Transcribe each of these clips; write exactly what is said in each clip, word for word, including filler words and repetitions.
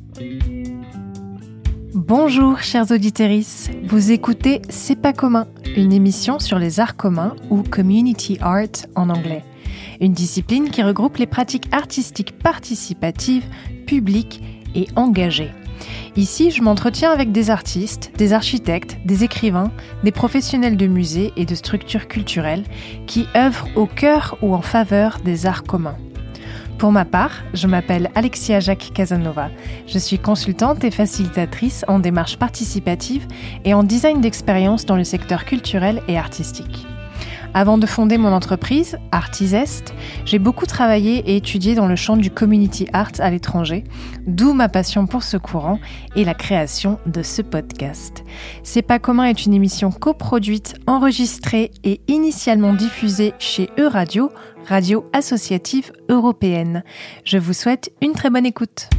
Bonjour chers auditeurs, vous écoutez C'est pas commun, une émission sur les arts communs ou Community Art en anglais. Une discipline qui regroupe les pratiques artistiques participatives, publiques et engagées. Ici, je m'entretiens avec des artistes, des architectes, des écrivains, des professionnels de musées et de structures culturelles qui œuvrent au cœur ou en faveur des arts communs. Pour ma part, je m'appelle Alexia Jacques Casanova. Je suis consultante et facilitatrice en démarche participative et en design d'expérience dans le secteur culturel et artistique. Avant de fonder mon entreprise, Artisest, j'ai beaucoup travaillé et étudié dans le champ du community art à l'étranger, d'où ma passion pour ce courant et la création de ce podcast. C'est pas commun est une émission coproduite, enregistrée et initialement diffusée chez Euradio, radio associative européenne. Je vous souhaite une très bonne écoute.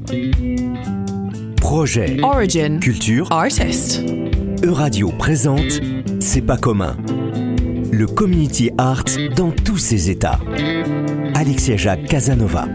Projet, Origin, culture, artist. Euradio présente C'est pas commun. Le community art dans tous ses états. Alexia Jacques Casanova.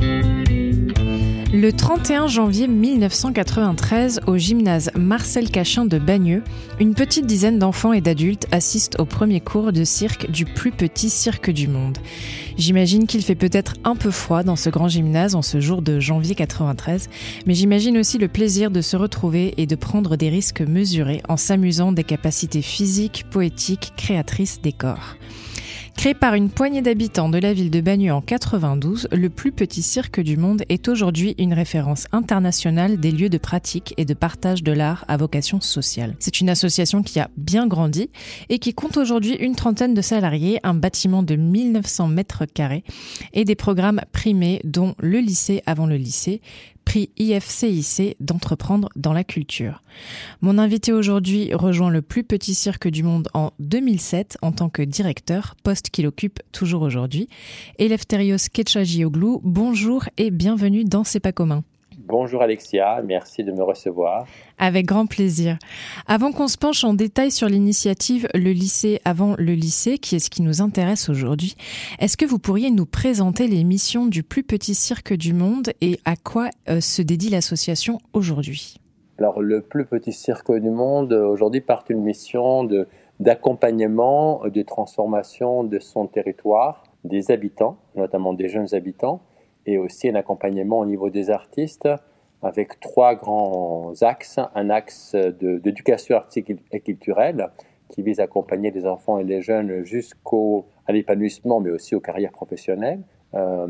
Le trente et un janvier mille neuf cent quatre-vingt-treize, au gymnase Marcel Cachin de Bagneux, une petite dizaine d'enfants et d'adultes assistent au premier cours de cirque du plus petit cirque du monde. J'imagine qu'il fait peut-être un peu froid dans ce grand gymnase en ce jour de janvier quatre-vingt-treize, mais j'imagine aussi le plaisir de se retrouver et de prendre des risques mesurés en s'amusant des capacités physiques, poétiques, créatrices des corps. Créé par une poignée d'habitants de la ville de Bagneux en quatre-vingt-douze, le plus petit cirque du monde est aujourd'hui une référence internationale des lieux de pratique et de partage de l'art à vocation sociale. C'est une association qui a bien grandi et qui compte aujourd'hui une trentaine de salariés, un bâtiment de mille neuf cents mètres carrés et des programmes primés dont le lycée avant le lycée, prix I F C I C d'entreprendre dans la culture. Mon invité aujourd'hui rejoint le plus petit cirque du monde en deux mille sept en tant que directeur, poste qu'il occupe toujours aujourd'hui. Elefthérios Ketchagioglu, bonjour et bienvenue dans C'est pas commun. Bonjour Alexia, merci de me recevoir. Avec grand plaisir. Avant qu'on se penche en détail sur l'initiative Le lycée avant le lycée, qui est ce qui nous intéresse aujourd'hui, est-ce que vous pourriez nous présenter les missions du plus petit cirque du monde et à quoi euh, se dédie l'association aujourd'hui ? Alors le plus petit cirque du monde aujourd'hui part d'une mission de, d'accompagnement, de transformation de son territoire, des habitants, notamment des jeunes habitants, et aussi un accompagnement au niveau des artistes avec trois grands axes. Un axe de, d'éducation artistique et culturelle qui vise à accompagner les enfants et les jeunes jusqu'au à l'épanouissement, mais aussi aux carrières professionnelles. Euh,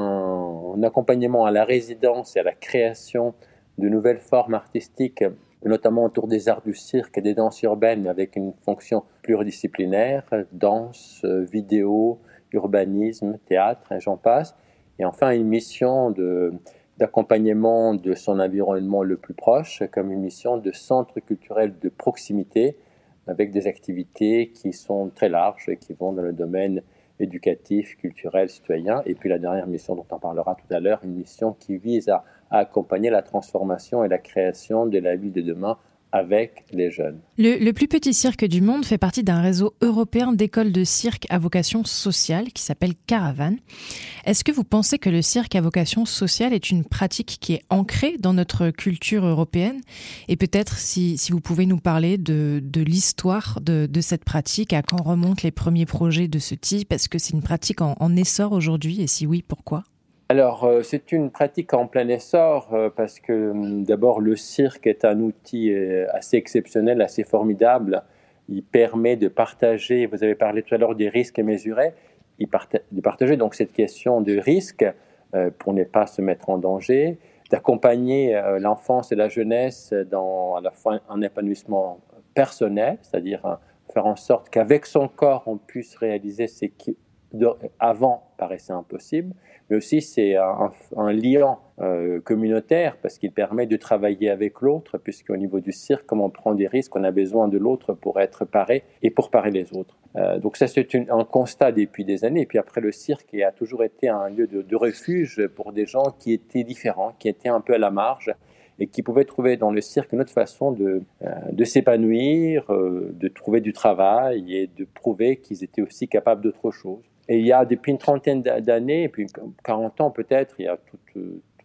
un, un accompagnement à la résidence et à la création de nouvelles formes artistiques, notamment autour des arts du cirque et des danses urbaines, avec une fonction pluridisciplinaire, danse, vidéo, urbanisme, théâtre, et j'en passe. Et enfin, une mission de, d'accompagnement de son environnement le plus proche, comme une mission de centre culturel de proximité, avec des activités qui sont très larges et qui vont dans le domaine éducatif, culturel, citoyen. Et puis la dernière mission dont on parlera tout à l'heure, une mission qui vise à, à accompagner la transformation et la création de la ville de demain avec les jeunes. Le, le plus petit cirque du monde fait partie d'un réseau européen d'écoles de cirque à vocation sociale qui s'appelle Caravane. Est-ce que vous pensez que le cirque à vocation sociale est une pratique qui est ancrée dans notre culture européenne ? Et peut-être si, si vous pouvez nous parler de, de l'histoire de, de cette pratique, à quand remontent les premiers projets de ce type ? Est-ce que c'est une pratique en, en essor aujourd'hui ? Et si oui, pourquoi ? Alors, euh, c'est une pratique en plein essor euh, parce que euh, d'abord, le cirque est un outil euh, assez exceptionnel, assez formidable. Il permet de partager, vous avez parlé tout à l'heure des risques mesurés, il parta- de partager donc cette question de risque euh, pour ne pas se mettre en danger, d'accompagner euh, l'enfance et la jeunesse dans à la fois un épanouissement personnel, c'est-à-dire hein, faire en sorte qu'avec son corps, on puisse réaliser ce qui de, avant paraissait impossible, mais aussi c'est un, un lien euh, communautaire parce qu'il permet de travailler avec l'autre, puisqu'au niveau du cirque, comme on prend des risques, on a besoin de l'autre pour être paré et pour parer les autres. Euh, donc ça, c'est une, un constat depuis des années. Et puis après, le cirque a toujours été un lieu de, de refuge pour des gens qui étaient différents, qui étaient un peu à la marge et qui pouvaient trouver dans le cirque une autre façon de, euh, de s'épanouir, euh, de trouver du travail et de prouver qu'ils étaient aussi capables d'autre chose. Et il y a depuis une trentaine d'années, et puis quarante ans peut-être, il y a toute,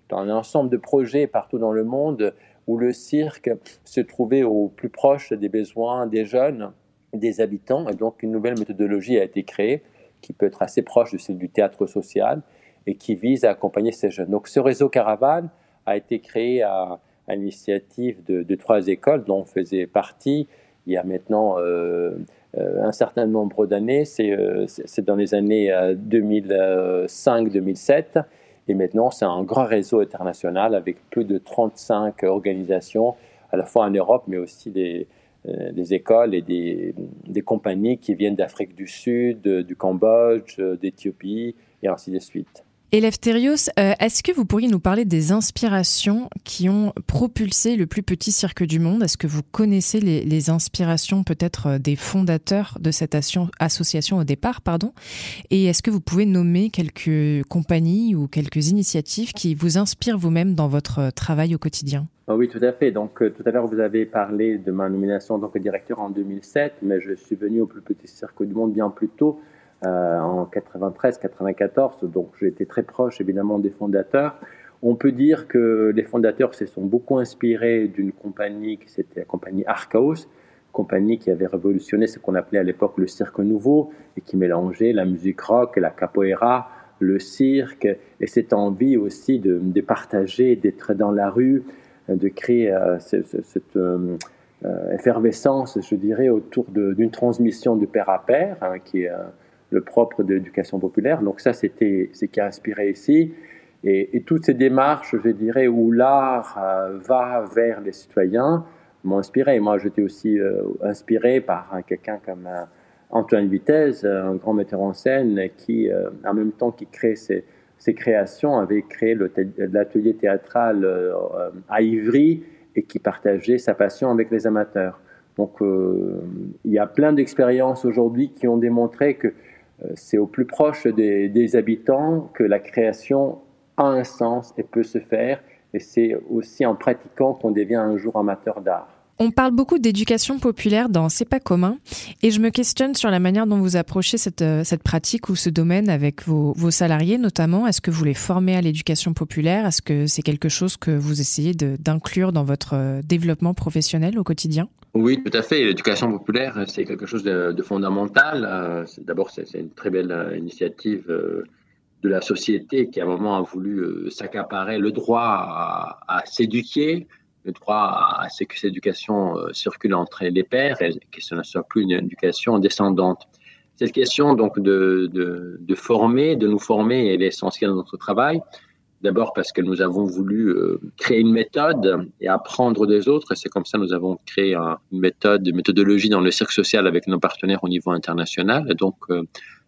dans un ensemble de projets partout dans le monde où le cirque se trouvait au plus proche des besoins des jeunes, des habitants. Et donc, une nouvelle méthodologie a été créée qui peut être assez proche de celle du théâtre social et qui vise à accompagner ces jeunes. Donc, ce réseau Caravane a été créé à, à l'initiative de, de trois écoles dont on faisait partie il y a maintenant euh, euh, un certain nombre d'années. C'est, euh, c'est dans les années euh, deux mille cinq deux mille sept. Et maintenant, c'est un grand réseau international avec plus de trente-cinq organisations, à la fois en Europe, mais aussi des, euh, des écoles et des, des compagnies qui viennent d'Afrique du Sud, du Cambodge, d'Éthiopie, et ainsi de suite. Elefthérios, euh, est-ce que vous pourriez nous parler des inspirations qui ont propulsé le plus petit cirque du monde ? Est-ce que vous connaissez les, les inspirations peut-être des fondateurs de cette asso- association au départ, pardon ? Et est-ce que vous pouvez nommer quelques compagnies ou quelques initiatives qui vous inspirent vous-même dans votre travail au quotidien ? Ah oui, tout à fait. Donc, euh, tout à l'heure, vous avez parlé de ma nomination en tant que directeur en deux mille sept, mais je suis venu au plus petit cirque du monde bien plus tôt. Euh, en quatre-vingt-treize quatre-vingt-quatorze, donc j'ai été très proche évidemment des fondateurs. On peut dire que les fondateurs se sont beaucoup inspirés d'une compagnie qui c'était la compagnie Archaos, compagnie qui avait révolutionné ce qu'on appelait à l'époque le cirque nouveau et qui mélangeait la musique rock, la capoeira, le cirque et cette envie aussi de, de partager, d'être dans la rue, de créer euh, cette, cette euh, effervescence, je dirais, autour de, d'une transmission de père à père, hein, qui est euh, le propre de l'éducation populaire. Donc ça, c'était ce qui a inspiré ici. Et, et toutes ces démarches, je dirais, où l'art euh, va vers les citoyens, m'ont inspiré. Moi, j'étais aussi euh, inspiré par hein, quelqu'un comme euh, Antoine Vitesse, un grand metteur en scène, qui, euh, en même temps qu'il crée ses, ses créations, avait créé le, l'atelier théâtral euh, à Ivry et qui partageait sa passion avec les amateurs. Donc, euh, il y a plein d'expériences aujourd'hui qui ont démontré que c'est au plus proche des, des habitants que la création a un sens et peut se faire. Et c'est aussi en pratiquant qu'on devient un jour amateur d'art. On parle beaucoup d'éducation populaire dans C'est pas commun. Et je me questionne sur la manière dont vous approchez cette, cette pratique ou ce domaine avec vos, vos salariés notamment. Est-ce que vous les formez à l'éducation populaire ? Est-ce que c'est quelque chose que vous essayez de, d'inclure dans votre développement professionnel au quotidien ? Oui, tout à fait. L'éducation populaire, c'est quelque chose de, de fondamental. Euh, c'est, d'abord, c'est, c'est une très belle euh, initiative euh, de la société qui, à un moment, a voulu euh, s'accaparer le droit à, à s'éduquer, le droit à ce que cette éducation euh, circule entre les pairs et que ce ne soit plus une éducation descendante. Cette question donc de, de, de former, de nous former, elle est essentielle dans notre travail. D'abord parce que nous avons voulu euh, créer une méthode et apprendre des autres. Et c'est comme ça que nous avons créé un, une méthode, une méthodologie dans le cirque social avec nos partenaires au niveau international. Et donc, euh,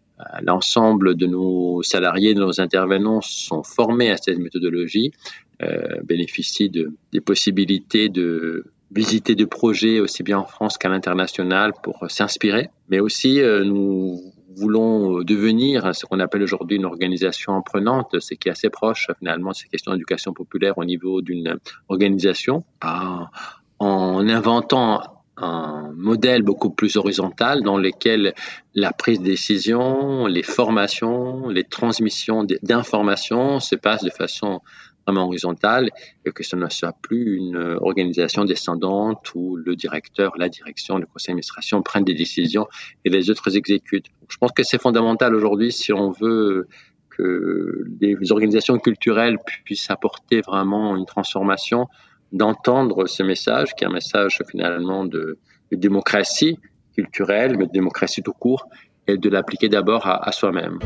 l'ensemble de nos salariés, de nos intervenants sont formés à cette méthodologie, euh, bénéficient de, des possibilités de visiter des projets aussi bien en France qu'à l'international pour s'inspirer. Mais aussi, euh, nous voulons devenir ce qu'on appelle aujourd'hui une organisation apprenante, ce qui est assez proche finalement de ces questions d'éducation populaire au niveau d'une organisation, en inventant un modèle beaucoup plus horizontal dans lequel la prise de décision, les formations, les transmissions d'informations se passent de façon vraiment horizontale et que ce ne soit plus une organisation descendante où le directeur, la direction, le conseil d'administration prennent des décisions et les autres exécutent. Je pense que c'est fondamental aujourd'hui si on veut que les organisations culturelles puissent apporter vraiment une transformation, d'entendre ce message, qui est un message finalement de, de démocratie culturelle, mais de démocratie tout court, et de l'appliquer d'abord à, à soi-même.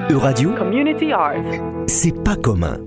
Euradio, Community Art. C'est pas commun.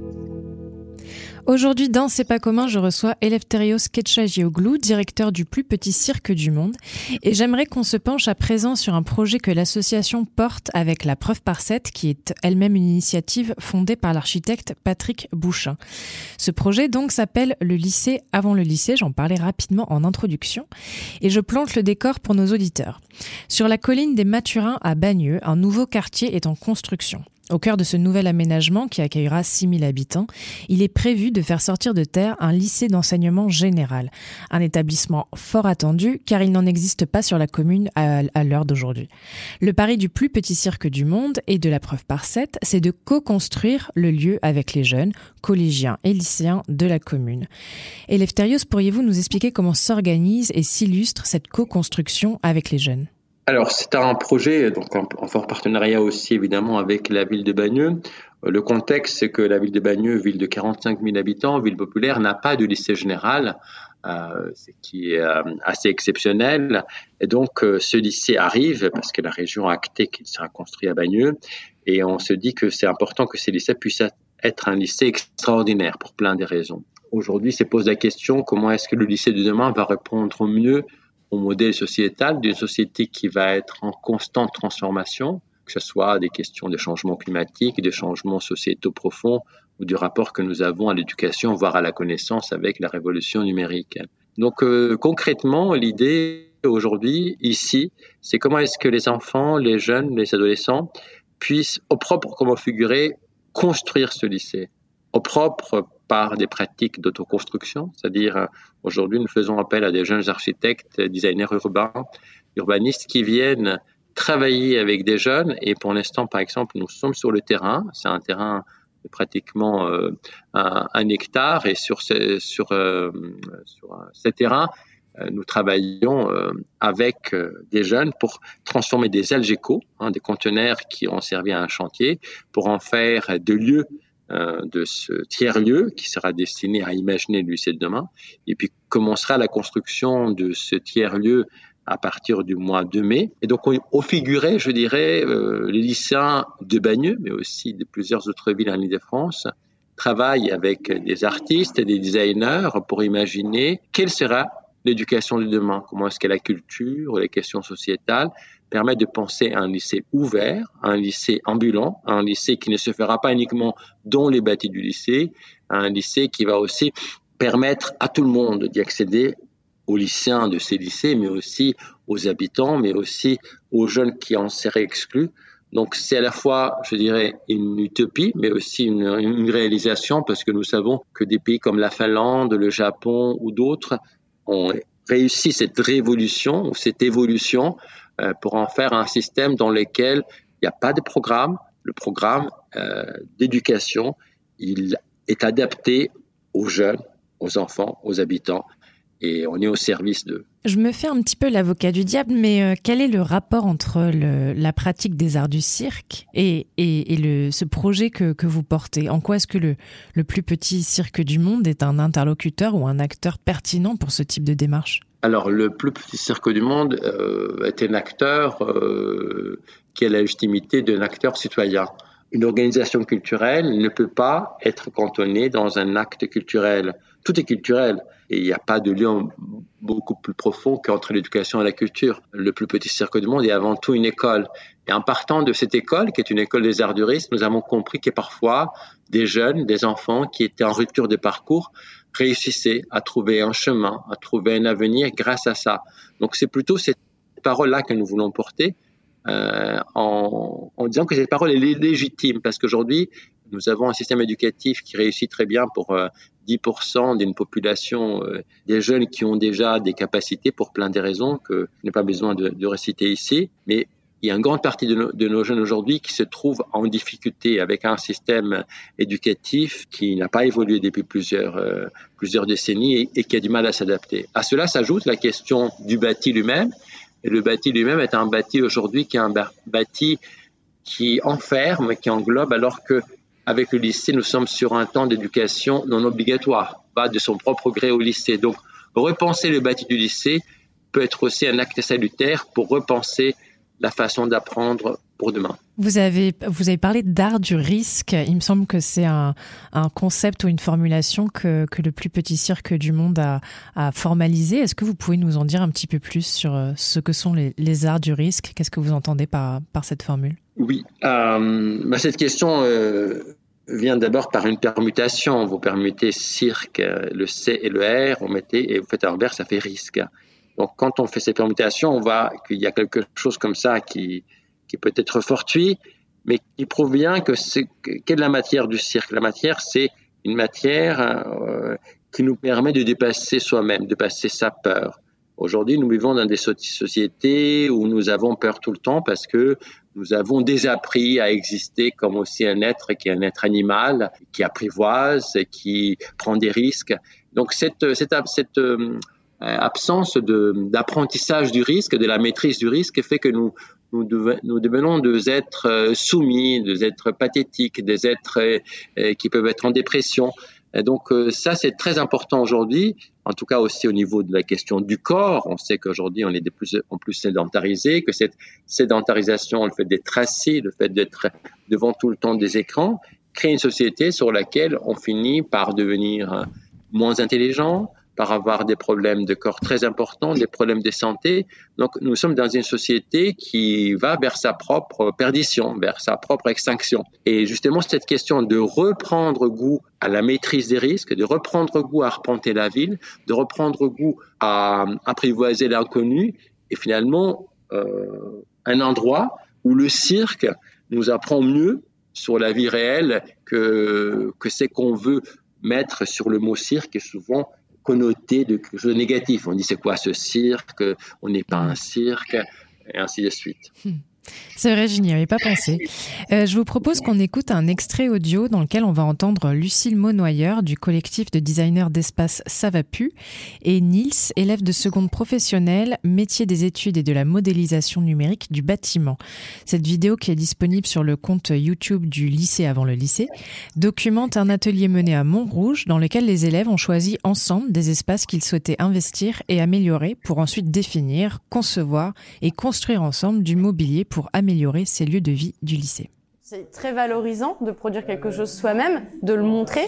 Aujourd'hui, dans C'est pas commun, je reçois Elefthérios Ketchagioglu, directeur du plus petit cirque du monde. Et j'aimerais qu'on se penche à présent sur un projet que l'association porte avec la Preuve par sept, qui est elle-même une initiative fondée par l'architecte Patrick Bouchain. Ce projet donc s'appelle le lycée avant le lycée, j'en parlais rapidement en introduction. Et je plante le décor pour nos auditeurs. Sur la colline des Mathurins à Bagneux, un nouveau quartier est en construction. Au cœur de ce nouvel aménagement qui accueillera six mille habitants, il est prévu de faire sortir de terre un lycée d'enseignement général. Un établissement fort attendu car il n'en existe pas sur la commune à, à l'heure d'aujourd'hui. Le pari du plus petit cirque du monde et de la Preuve par sept, c'est de co-construire le lieu avec les jeunes, collégiens et lycéens de la commune. Elefthérios, pourriez-vous nous expliquer comment s'organise et s'illustre cette co-construction avec les jeunes ? Alors, c'est un projet, donc en, en fort partenariat aussi évidemment avec la ville de Bagneux. Le contexte, c'est que la ville de Bagneux, ville de quarante-cinq mille habitants, ville populaire, n'a pas de lycée général, euh, ce qui est euh, assez exceptionnel. Et donc, euh, ce lycée arrive parce que la région a acté qu'il sera construit à Bagneux. Et on se dit que c'est important que ces lycées puissent être un lycée extraordinaire pour plein de raisons. Aujourd'hui, se pose la question, comment est-ce que le lycée de demain va répondre au mieux au modèle sociétal d'une société qui va être en constante transformation, que ce soit des questions de changement climatique, des changements sociétaux profonds ou du rapport que nous avons à l'éducation, voire à la connaissance avec la révolution numérique. Donc euh, concrètement, l'idée aujourd'hui, ici, c'est comment est-ce que les enfants, les jeunes, les adolescents puissent, au propre comme au figuré, construire ce lycée. Au propre par des pratiques d'autoconstruction, c'est-à-dire aujourd'hui nous faisons appel à des jeunes architectes, designers urbains, urbanistes qui viennent travailler avec des jeunes et pour l'instant par exemple nous sommes sur le terrain, c'est un terrain de pratiquement euh, un, un hectare et sur ce, sur, euh, sur ce terrain euh, nous travaillons euh, avec euh, des jeunes pour transformer des algécos, hein, des conteneurs qui ont servi à un chantier, pour en faire des lieux de ce tiers-lieu qui sera destiné à imaginer le lycée de demain. Et puis commencera la construction de ce tiers-lieu à partir du mois de mai. Et donc, au figuré, je dirais, euh, les lycéens de Bagneux, mais aussi de plusieurs autres villes en Île-de-France, travaillent avec des artistes et des designers pour imaginer quelle sera l'éducation de demain. Comment est-ce que la culture, les questions sociétales permettent de penser à un lycée ouvert, un lycée ambulant, un lycée qui ne se fera pas uniquement dans les bâtis du lycée, un lycée qui va aussi permettre à tout le monde d'y accéder, aux lycéens de ces lycées, mais aussi aux habitants, mais aussi aux jeunes qui en seraient exclus. Donc c'est à la fois, je dirais, une utopie, mais aussi une, une réalisation, parce que nous savons que des pays comme la Finlande, le Japon ou d'autres ont réussi cette révolution ou cette évolution euh, pour en faire un système dans lequel il n'y a pas de programme. Le programme euh, d'éducation, il est adapté aux jeunes, aux enfants, aux habitants, et on est au service d'eux. Je me fais un petit peu l'avocat du diable, mais euh, quel est le rapport entre le, la pratique des arts du cirque et, et, et le, ce projet que, que vous portez ? En quoi est-ce que le, le plus petit cirque du monde est un interlocuteur ou un acteur pertinent pour ce type de démarche ? Alors, le plus petit cirque du monde euh, est un acteur euh, qui a la légitimité d'un acteur citoyen. Une organisation culturelle ne peut pas être cantonnée dans un acte culturel. Tout est culturel et il n'y a pas de lien beaucoup plus profond qu'entre l'éducation et la culture. Le plus petit cirque du monde est avant tout une école. Et en partant de cette école, qui est une école des arts du risque, nous avons compris que parfois des jeunes, des enfants qui étaient en rupture de parcours réussissaient à trouver un chemin, à trouver un avenir grâce à ça. Donc c'est plutôt cette parole-là que nous voulons porter. Euh, en, en disant que cette parole est légitime, parce qu'aujourd'hui, nous avons un système éducatif qui réussit très bien pour euh, dix pour cent d'une population, euh, des jeunes qui ont déjà des capacités pour plein de raisons que je n'ai pas besoin de, de réciter ici, mais il y a une grande partie de nos, de nos jeunes aujourd'hui qui se trouvent en difficulté avec un système éducatif qui n'a pas évolué depuis plusieurs, euh, plusieurs décennies et, et qui a du mal à s'adapter. À cela s'ajoute la question du bâti lui-même. Et le bâti lui-même est un bâti aujourd'hui qui est un bâti qui enferme, qui englobe, alors que avec le lycée, nous sommes sur un temps d'éducation non obligatoire, pas de son propre gré au lycée. Donc, repenser le bâti du lycée peut être aussi un acte salutaire pour repenser la façon d'apprendre pour demain. Vous avez, vous avez parlé d'art du risque. Il me semble que c'est un, un concept ou une formulation que, que le plus petit cirque du monde a, a formalisé. Est-ce que vous pouvez nous en dire un petit peu plus sur ce que sont les, les arts du risque ? Qu'est-ce que vous entendez par, par cette formule ? Oui, euh, bah cette question euh, vient d'abord par une permutation. Vous permutez cirque, le C et le R, vous mettez, et vous faites un Albert, ça fait risque. Donc, quand on fait ces permutations, on voit qu'il y a quelque chose comme ça qui, qui peut être fortuit, mais qui prouve bien que c'est, quelle est la matière du cirque ? La matière, c'est une matière euh, qui nous permet de dépasser soi-même, de dépasser sa peur. Aujourd'hui, nous vivons dans des sociétés où nous avons peur tout le temps parce que nous avons désappris à exister comme aussi un être qui est un être animal, qui apprivoise, qui prend des risques. Donc, cette, cette, cette euh, absence de, d'apprentissage du risque, de la maîtrise du risque, fait que nous, nous, deve, nous devenons des êtres soumis, des êtres pathétiques, des êtres euh, qui peuvent être en dépression. Et donc euh, ça, c'est très important aujourd'hui, en tout cas aussi au niveau de la question du corps. On sait qu'aujourd'hui, on est de plus en plus sédentarisé, que cette sédentarisation, le fait d'être assis, le fait d'être devant tout le temps des écrans, crée une société sur laquelle on finit par devenir moins intelligent, par avoir des problèmes de corps très importants, des problèmes de santé. Donc, nous sommes dans une société qui va vers sa propre perdition, vers sa propre extinction. Et justement, cette question de reprendre goût à la maîtrise des risques, de reprendre goût à arpenter la ville, de reprendre goût à apprivoiser l'inconnu, et finalement, euh, un endroit où le cirque nous apprend mieux sur la vie réelle que, que c'est qu'on veut mettre sur le mot cirque, et souvent connoté de quelque chose de négatif. On dit c'est quoi ce cirque ? On n'est pas un cirque, et ainsi de suite. Hmm. C'est vrai, je n'y avais pas pensé. Euh, je vous propose qu'on écoute un extrait audio dans lequel on va entendre Lucille Maunoyeur du collectif de designers d'espace Ça va pu et Niels, élève de seconde professionnelle, métier des études et de la modélisation numérique du bâtiment. Cette vidéo, qui est disponible sur le compte YouTube du lycée avant le lycée, documente un atelier mené à Montrouge dans lequel les élèves ont choisi ensemble des espaces qu'ils souhaitaient investir et améliorer pour ensuite définir, concevoir et construire ensemble du mobilier pour améliorer ces lieux de vie du lycée. C'est très valorisant de produire quelque chose soi-même, de le montrer.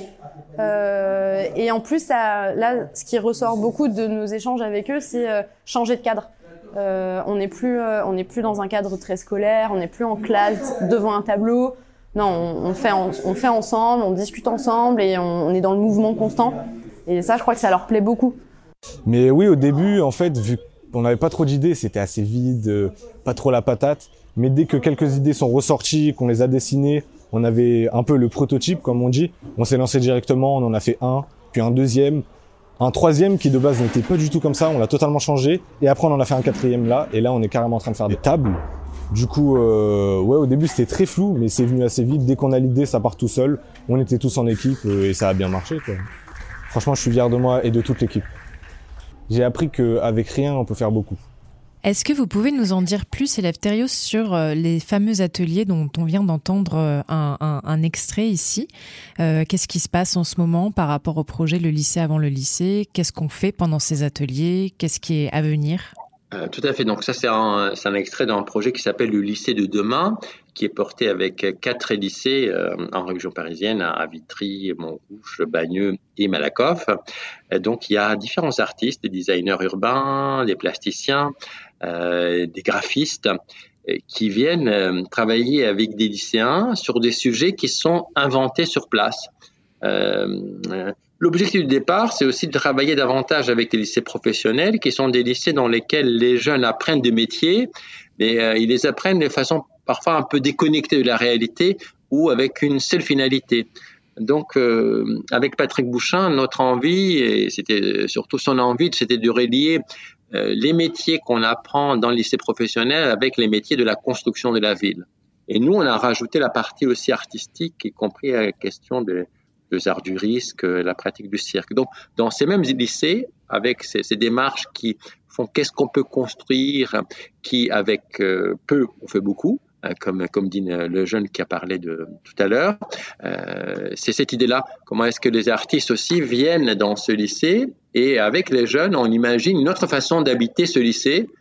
Euh, et en plus, ça, là, ce qui ressort beaucoup de nos échanges avec eux, c'est euh, changer de cadre. Euh, on n'est plus, euh, on n'est plus dans un cadre très scolaire, on n'est plus en classe devant un tableau. Non, on, on, fait, on, on fait ensemble, on discute ensemble et on, on est dans le mouvement constant. Et ça, je crois que ça leur plaît beaucoup. Mais oui, au début, en fait, vu qu'on n'avait pas trop d'idées, c'était assez vide, euh, pas trop la patate. Mais dès que quelques idées sont ressorties, qu'on les a dessinées, on avait un peu le prototype, comme on dit. On s'est lancé directement, on en a fait un, puis un deuxième, un troisième qui de base n'était pas du tout comme ça, on l'a totalement changé. Et après, on en a fait un quatrième là, et là, on est carrément en train de faire des tables. Du coup, euh, ouais, au début, c'était très flou, mais c'est venu assez vite. Dès qu'on a l'idée, ça part tout seul. On était tous en équipe euh, et ça a bien marché, quoi. Franchement, je suis fier de moi et de toute l'équipe. J'ai appris qu'avec rien, on peut faire beaucoup. Est-ce que vous pouvez nous en dire plus, Elefthérios, sur les fameux ateliers dont on vient d'entendre un, un, un extrait ici ? euh, Qu'est-ce qui se passe en ce moment par rapport au projet Le lycée avant le lycée ? Qu'est-ce qu'on fait pendant ces ateliers ? Qu'est-ce qui est à venir ? Euh, tout à fait. Donc ça, c'est un, c'est un extrait d'un projet qui s'appelle le lycée de demain, qui est porté avec quatre lycées euh, en région parisienne, à Vitry, Montrouge, Bagneux et Malakoff. Et donc, il y a différents artistes, des designers urbains, des plasticiens, euh, des graphistes, euh, qui viennent euh, travailler avec des lycéens sur des sujets qui sont inventés sur place. Euh, euh, L'objectif du départ, c'est aussi de travailler davantage avec les lycées professionnels, qui sont des lycées dans lesquels les jeunes apprennent des métiers, mais euh, ils les apprennent de façon parfois un peu déconnectée de la réalité ou avec une seule finalité. Donc, euh, avec Patrick Bouchin, notre envie, et c'était surtout son envie, c'était de relier euh, les métiers qu'on apprend dans le lycée professionnel avec les métiers de la construction de la ville. Et nous, on a rajouté la partie aussi artistique, y compris la question de les arts du risque, la pratique du cirque. Donc, dans ces mêmes lycées, avec ces, ces démarches qui font qu'est-ce qu'on peut construire, qui avec euh, peu, on fait beaucoup, euh, comme, comme dit le jeune qui a parlé de tout à l'heure, euh, c'est cette idée-là. Comment est-ce que les artistes aussi viennent dans ce lycée et avec les jeunes, on imagine une autre façon d'habiter ce lycée,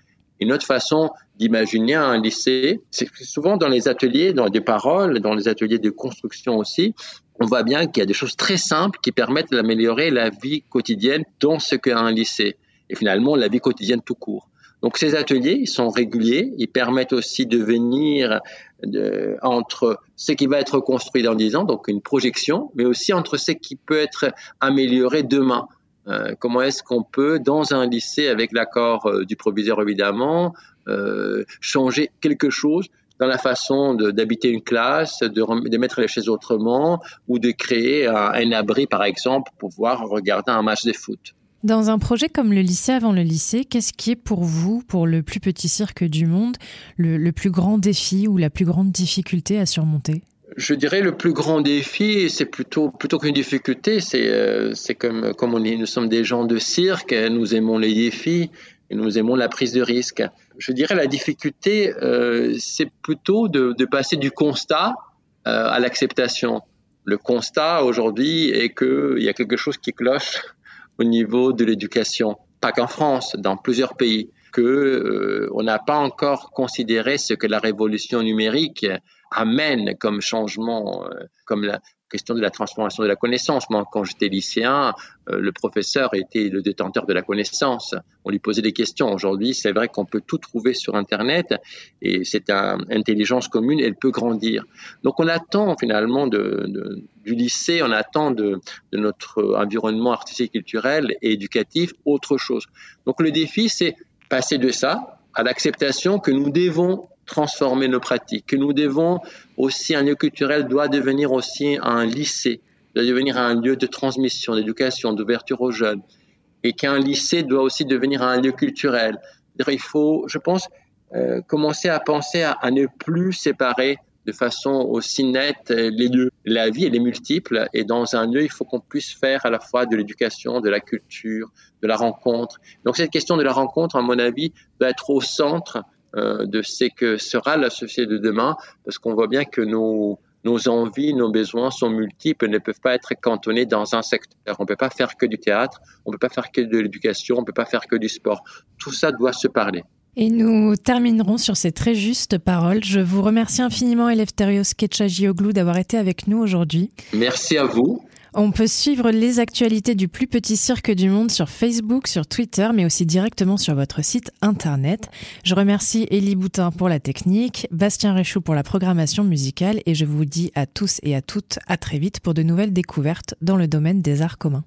Une autre façon d'imaginer un lycée, c'est que souvent dans les ateliers, dans des paroles, dans les ateliers de construction aussi, on voit bien qu'il y a des choses très simples qui permettent d'améliorer la vie quotidienne dans ce qu'est un lycée. Et finalement, la vie quotidienne tout court. Donc ces ateliers, ils sont réguliers, ils permettent aussi de venir de, entre ce qui va être construit dans dix ans, donc une projection, mais aussi entre ce qui peut être amélioré demain. Euh, comment est-ce qu'on peut, dans un lycée, avec l'accord euh, du proviseur évidemment, euh, changer quelque chose dans la façon de, d'habiter une classe, de, de mettre les chaises autrement, ou de créer un, un abri, par exemple, pour pouvoir regarder un match de foot. Dans un projet comme le lycée avant le lycée, qu'est-ce qui est pour vous, pour le plus petit cirque du monde, le, le plus grand défi ou la plus grande difficulté à surmonter ? Je dirais le plus grand défi, c'est plutôt plutôt qu'une difficulté, c'est euh, c'est comme comme on est, nous sommes des gens de cirque, nous aimons les défis et nous aimons la prise de risque. Je dirais la difficulté, euh, c'est plutôt de, de passer du constat euh, à l'acceptation. Le constat aujourd'hui est que il y a quelque chose qui cloche au niveau de l'éducation, pas qu'en France, dans plusieurs pays, que euh, on n'a pas encore considéré ce que la révolution numérique amène comme changement, euh, comme la question de la transformation de la connaissance. Moi, quand j'étais lycéen, euh, le professeur était le détenteur de la connaissance. On lui posait des questions. Aujourd'hui, c'est vrai qu'on peut tout trouver sur Internet et cette un, intelligence commune, elle peut grandir. Donc, on attend finalement de, de, du lycée, on attend de, de notre environnement artistique, culturel et éducatif autre chose. Donc, le défi, c'est passer de ça à l'acceptation que nous devons transformer nos pratiques, que nous devons aussi, un lieu culturel doit devenir aussi un lycée, doit devenir un lieu de transmission, d'éducation, d'ouverture aux jeunes, et qu'un lycée doit aussi devenir un lieu culturel. Il faut, je pense, euh, commencer à penser à, à ne plus séparer de façon aussi nette les lieux. La vie, elle est multiple, et dans un lieu, il faut qu'on puisse faire à la fois de l'éducation, de la culture, de la rencontre. Donc cette question de la rencontre, à mon avis, doit être au centre euh, de ce que sera la société de demain, parce qu'on voit bien que nos, nos envies, nos besoins sont multiples, ne peuvent pas être cantonnés dans un secteur. On ne peut pas faire que du théâtre, on ne peut pas faire que de l'éducation, on ne peut pas faire que du sport. Tout ça doit se parler. Et nous terminerons sur ces très justes paroles. Je vous remercie infiniment, Elefthérios Kecagioglou, d'avoir été avec nous aujourd'hui. Merci à vous. On peut suivre les actualités du plus petit cirque du monde sur Facebook, sur Twitter, mais aussi directement sur votre site internet. Je remercie Élie Boutin pour la technique, Bastien Réchaud pour la programmation musicale, et je vous dis à tous et à toutes à très vite pour de nouvelles découvertes dans le domaine des arts communs.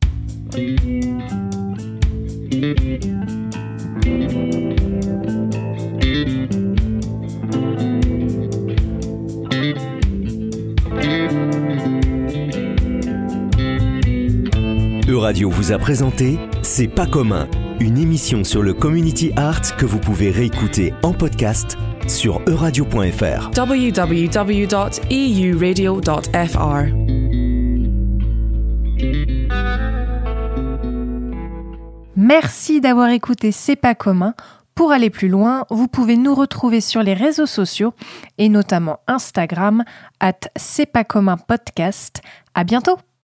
Euradio vous a présenté C'est pas commun, une émission sur le community art que vous pouvez réécouter en podcast sur euradio point f r. w w w dot e u radio dot f r. Merci d'avoir écouté C'est pas commun. Pour aller plus loin, vous pouvez nous retrouver sur les réseaux sociaux et notamment Instagram, arobase c'est pas commun podcast. À bientôt!